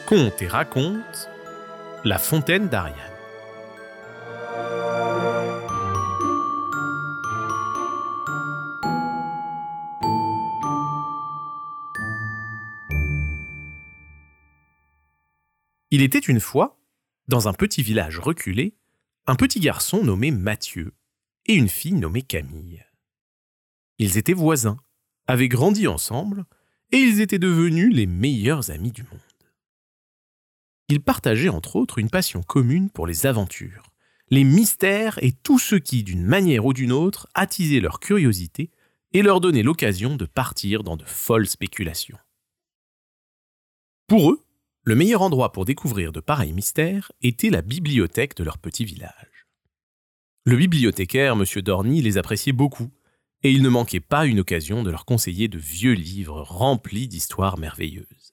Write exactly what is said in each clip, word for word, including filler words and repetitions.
Conte et raconte La fontaine d'Ariane. Il était une fois, dans un petit village reculé, un petit garçon nommé Mathieu et une fille nommée Camille. Ils étaient voisins, avaient grandi ensemble et ils étaient devenus les meilleurs amis du monde. Ils partageaient entre autres une passion commune pour les aventures, les mystères et tout ce qui, d'une manière ou d'une autre, attisait leur curiosité et leur donnait l'occasion de partir dans de folles spéculations. Pour eux, le meilleur endroit pour découvrir de pareils mystères était la bibliothèque de leur petit village. Le bibliothécaire, M. Dorny, les appréciait beaucoup, et il ne manquait pas une occasion de leur conseiller de vieux livres remplis d'histoires merveilleuses.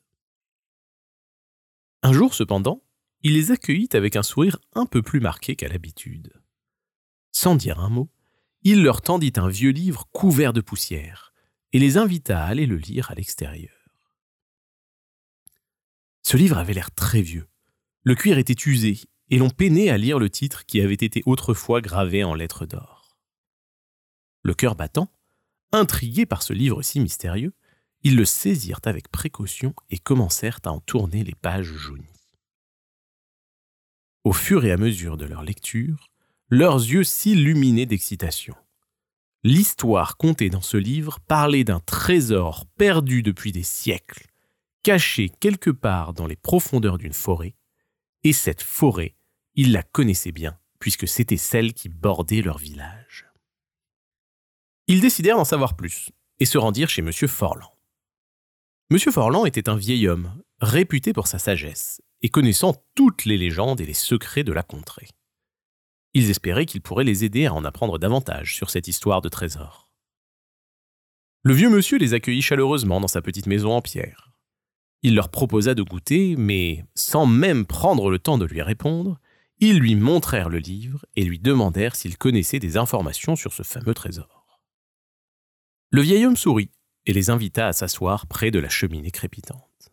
Un jour, cependant, il les accueillit avec un sourire un peu plus marqué qu'à l'habitude. Sans dire un mot, il leur tendit un vieux livre couvert de poussière et les invita à aller le lire à l'extérieur. Ce livre avait l'air très vieux. Le cuir était usé et l'on peinait à lire le titre qui avait été autrefois gravé en lettres d'or. Le cœur battant, intrigués par ce livre si mystérieux, ils le saisirent avec précaution et commencèrent à en tourner les pages jaunies. Au fur et à mesure de leur lecture, leurs yeux s'illuminaient d'excitation. L'histoire contée dans ce livre parlait d'un trésor perdu depuis des siècles, caché quelque part dans les profondeurs d'une forêt, et cette forêt, ils la connaissaient bien, puisque c'était celle qui bordait leur village. Ils décidèrent d'en savoir plus, et se rendirent chez M. Forlan. M. Forlan était un vieil homme, réputé pour sa sagesse, et connaissant toutes les légendes et les secrets de la contrée. Ils espéraient qu'il pourrait les aider à en apprendre davantage sur cette histoire de trésor. Le vieux monsieur les accueillit chaleureusement dans sa petite maison en pierre. Il leur proposa de goûter, mais sans même prendre le temps de lui répondre, ils lui montrèrent le livre et lui demandèrent s'il connaissait des informations sur ce fameux trésor. Le vieil homme sourit et les invita à s'asseoir près de la cheminée crépitante.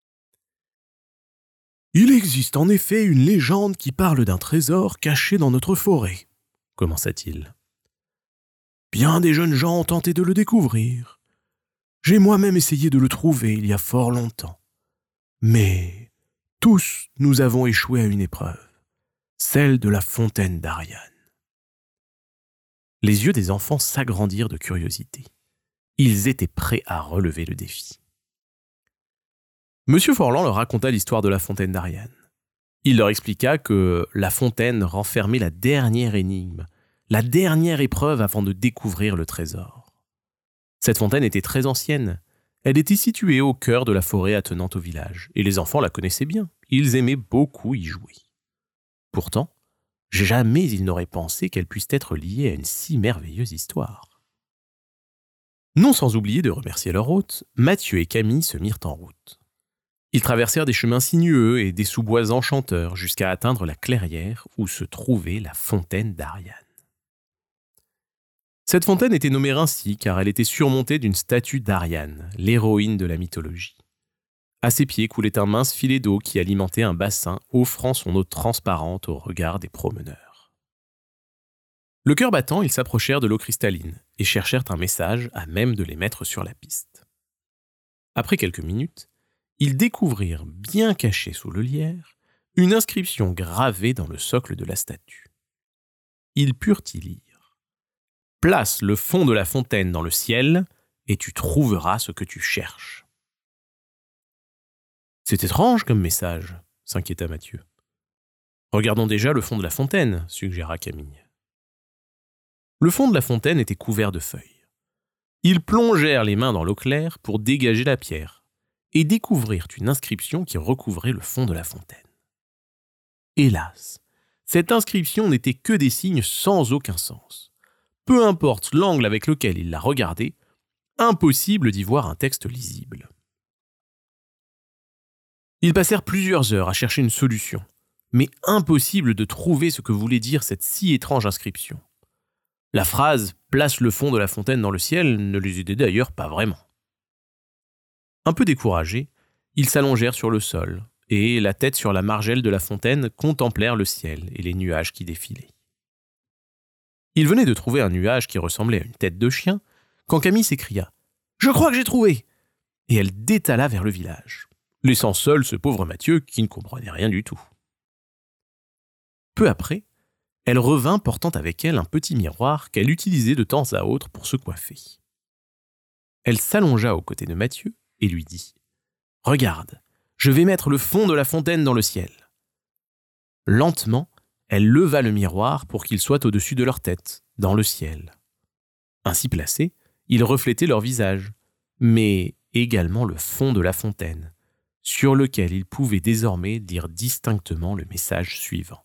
« Il existe en effet une légende qui parle d'un trésor caché dans notre forêt, » commença-t-il. « Bien des jeunes gens ont tenté de le découvrir. J'ai moi-même essayé de le trouver il y a fort longtemps. Mais tous nous avons échoué à une épreuve, celle de la fontaine d'Ariane. » Les yeux des enfants s'agrandirent de curiosité. Ils étaient prêts à relever le défi. Monsieur Forlan leur raconta l'histoire de la fontaine d'Ariane. Il leur expliqua que la fontaine renfermait la dernière énigme, la dernière épreuve avant de découvrir le trésor. Cette fontaine était très ancienne. Elle était située au cœur de la forêt attenante au village, et les enfants la connaissaient bien. Ils aimaient beaucoup y jouer. Pourtant, jamais ils n'auraient pensé qu'elle puisse être liée à une si merveilleuse histoire. Non sans oublier de remercier leur hôte, Mathieu et Camille se mirent en route. Ils traversèrent des chemins sinueux et des sous-bois enchanteurs jusqu'à atteindre la clairière où se trouvait la fontaine d'Ariane. Cette fontaine était nommée ainsi car elle était surmontée d'une statue d'Ariane, l'héroïne de la mythologie. À ses pieds coulait un mince filet d'eau qui alimentait un bassin offrant son eau transparente au regard des promeneurs. Le cœur battant, ils s'approchèrent de l'eau cristalline et cherchèrent un message à même de les mettre sur la piste. Après quelques minutes, ils découvrirent, bien caché sous le lierre, une inscription gravée dans le socle de la statue. Ils purent y lire « Place le fond de la fontaine dans le ciel et tu trouveras ce que tu cherches. » « C'est étrange comme message, » s'inquiéta Mathieu. « Regardons déjà le fond de la fontaine, » suggéra Camille. Le fond de la fontaine était couvert de feuilles. Ils plongèrent les mains dans l'eau claire pour dégager la pierre et découvrirent une inscription qui recouvrait le fond de la fontaine. Hélas, cette inscription n'était que des signes sans aucun sens. Peu importe l'angle avec lequel ils la regardaient, impossible d'y voir un texte lisible. Ils passèrent plusieurs heures à chercher une solution, mais impossible de trouver ce que voulait dire cette si étrange inscription. La phrase « place le fond de la fontaine dans le ciel » ne les aidait d'ailleurs pas vraiment. Un peu découragés, ils s'allongèrent sur le sol et, la tête sur la margelle de la fontaine, contemplèrent le ciel et les nuages qui défilaient. Ils venaient de trouver un nuage qui ressemblait à une tête de chien, quand Camille s'écria « Je crois que j'ai trouvé !» Et elle détala vers le village, laissant seul ce pauvre Mathieu qui ne comprenait rien du tout. Peu après, elle revint portant avec elle un petit miroir qu'elle utilisait de temps à autre pour se coiffer. Elle s'allongea aux côtés de Mathieu et lui dit « Regarde, je vais mettre le fond de la fontaine dans le ciel. » Lentement, elle leva le miroir pour qu'il soit au-dessus de leur tête, dans le ciel. Ainsi placé, il reflétait leur visage, mais également le fond de la fontaine, sur lequel ils pouvaient désormais lire distinctement le message suivant.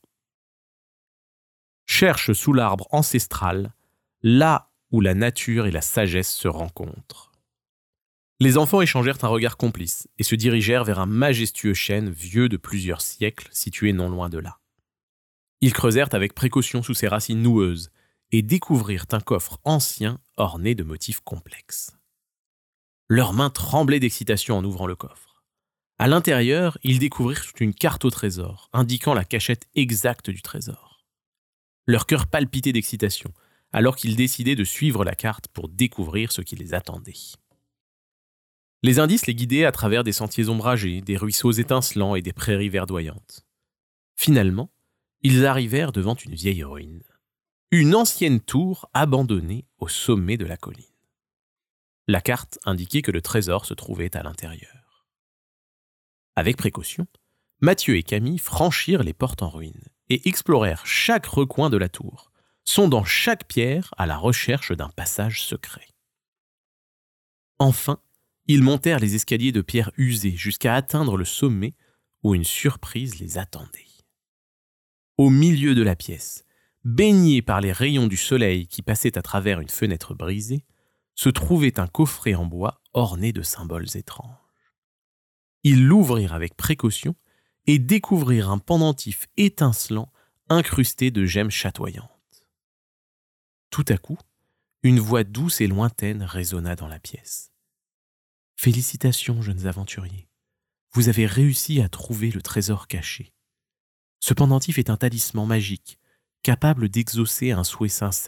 « Cherche sous l'arbre ancestral, là où la nature et la sagesse se rencontrent. » Les enfants échangèrent un regard complice et se dirigèrent vers un majestueux chêne vieux de plusieurs siècles situé non loin de là. Ils creusèrent avec précaution sous ses racines noueuses et découvrirent un coffre ancien orné de motifs complexes. Leurs mains tremblaient d'excitation en ouvrant le coffre. À l'intérieur, ils découvrirent une carte au trésor, indiquant la cachette exacte du trésor. Leur cœur palpitait d'excitation, alors qu'ils décidaient de suivre la carte pour découvrir ce qui les attendait. Les indices les guidaient à travers des sentiers ombragés, des ruisseaux étincelants et des prairies verdoyantes. Finalement, ils arrivèrent devant une vieille ruine, une ancienne tour abandonnée au sommet de la colline. La carte indiquait que le trésor se trouvait à l'intérieur. Avec précaution, Mathieu et Camille franchirent les portes en ruine et explorèrent chaque recoin de la tour, sondant chaque pierre à la recherche d'un passage secret. Enfin, ils montèrent les escaliers de pierre usés jusqu'à atteindre le sommet où une surprise les attendait. Au milieu de la pièce, baigné par les rayons du soleil qui passaient à travers une fenêtre brisée, se trouvait un coffret en bois orné de symboles étranges. Ils l'ouvrirent avec précaution et découvrirent un pendentif étincelant incrusté de gemmes chatoyantes. Tout à coup, une voix douce et lointaine résonna dans la pièce. « Félicitations, jeunes aventuriers. Vous avez réussi à trouver le trésor caché. Ce pendentif est un talisman magique, capable d'exaucer un souhait sincère. »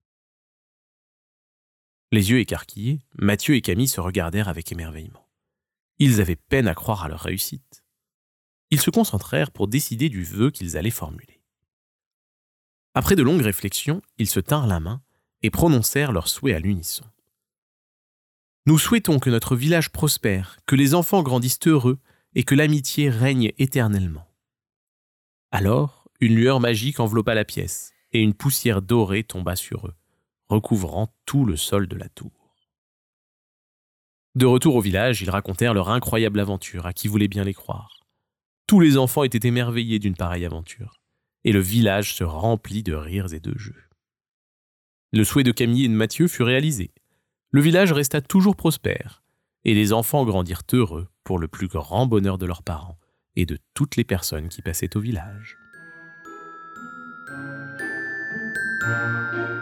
Les yeux écarquillés, Mathieu et Camille se regardèrent avec émerveillement. Ils avaient peine à croire à leur réussite. Ils se concentrèrent pour décider du vœu qu'ils allaient formuler. Après de longues réflexions, ils se tinrent la main et prononcèrent leur souhait à l'unisson. « Nous souhaitons que notre village prospère, que les enfants grandissent heureux et que l'amitié règne éternellement. » Alors, une lueur magique enveloppa la pièce et une poussière dorée tomba sur eux, recouvrant tout le sol de la tour. De retour au village, ils racontèrent leur incroyable aventure à qui voulait bien les croire. Tous les enfants étaient émerveillés d'une pareille aventure, et le village se remplit de rires et de jeux. Le souhait de Camille et de Mathieu fut réalisé. Le village resta toujours prospère, et les enfants grandirent heureux pour le plus grand bonheur de leurs parents et de toutes les personnes qui passaient au village.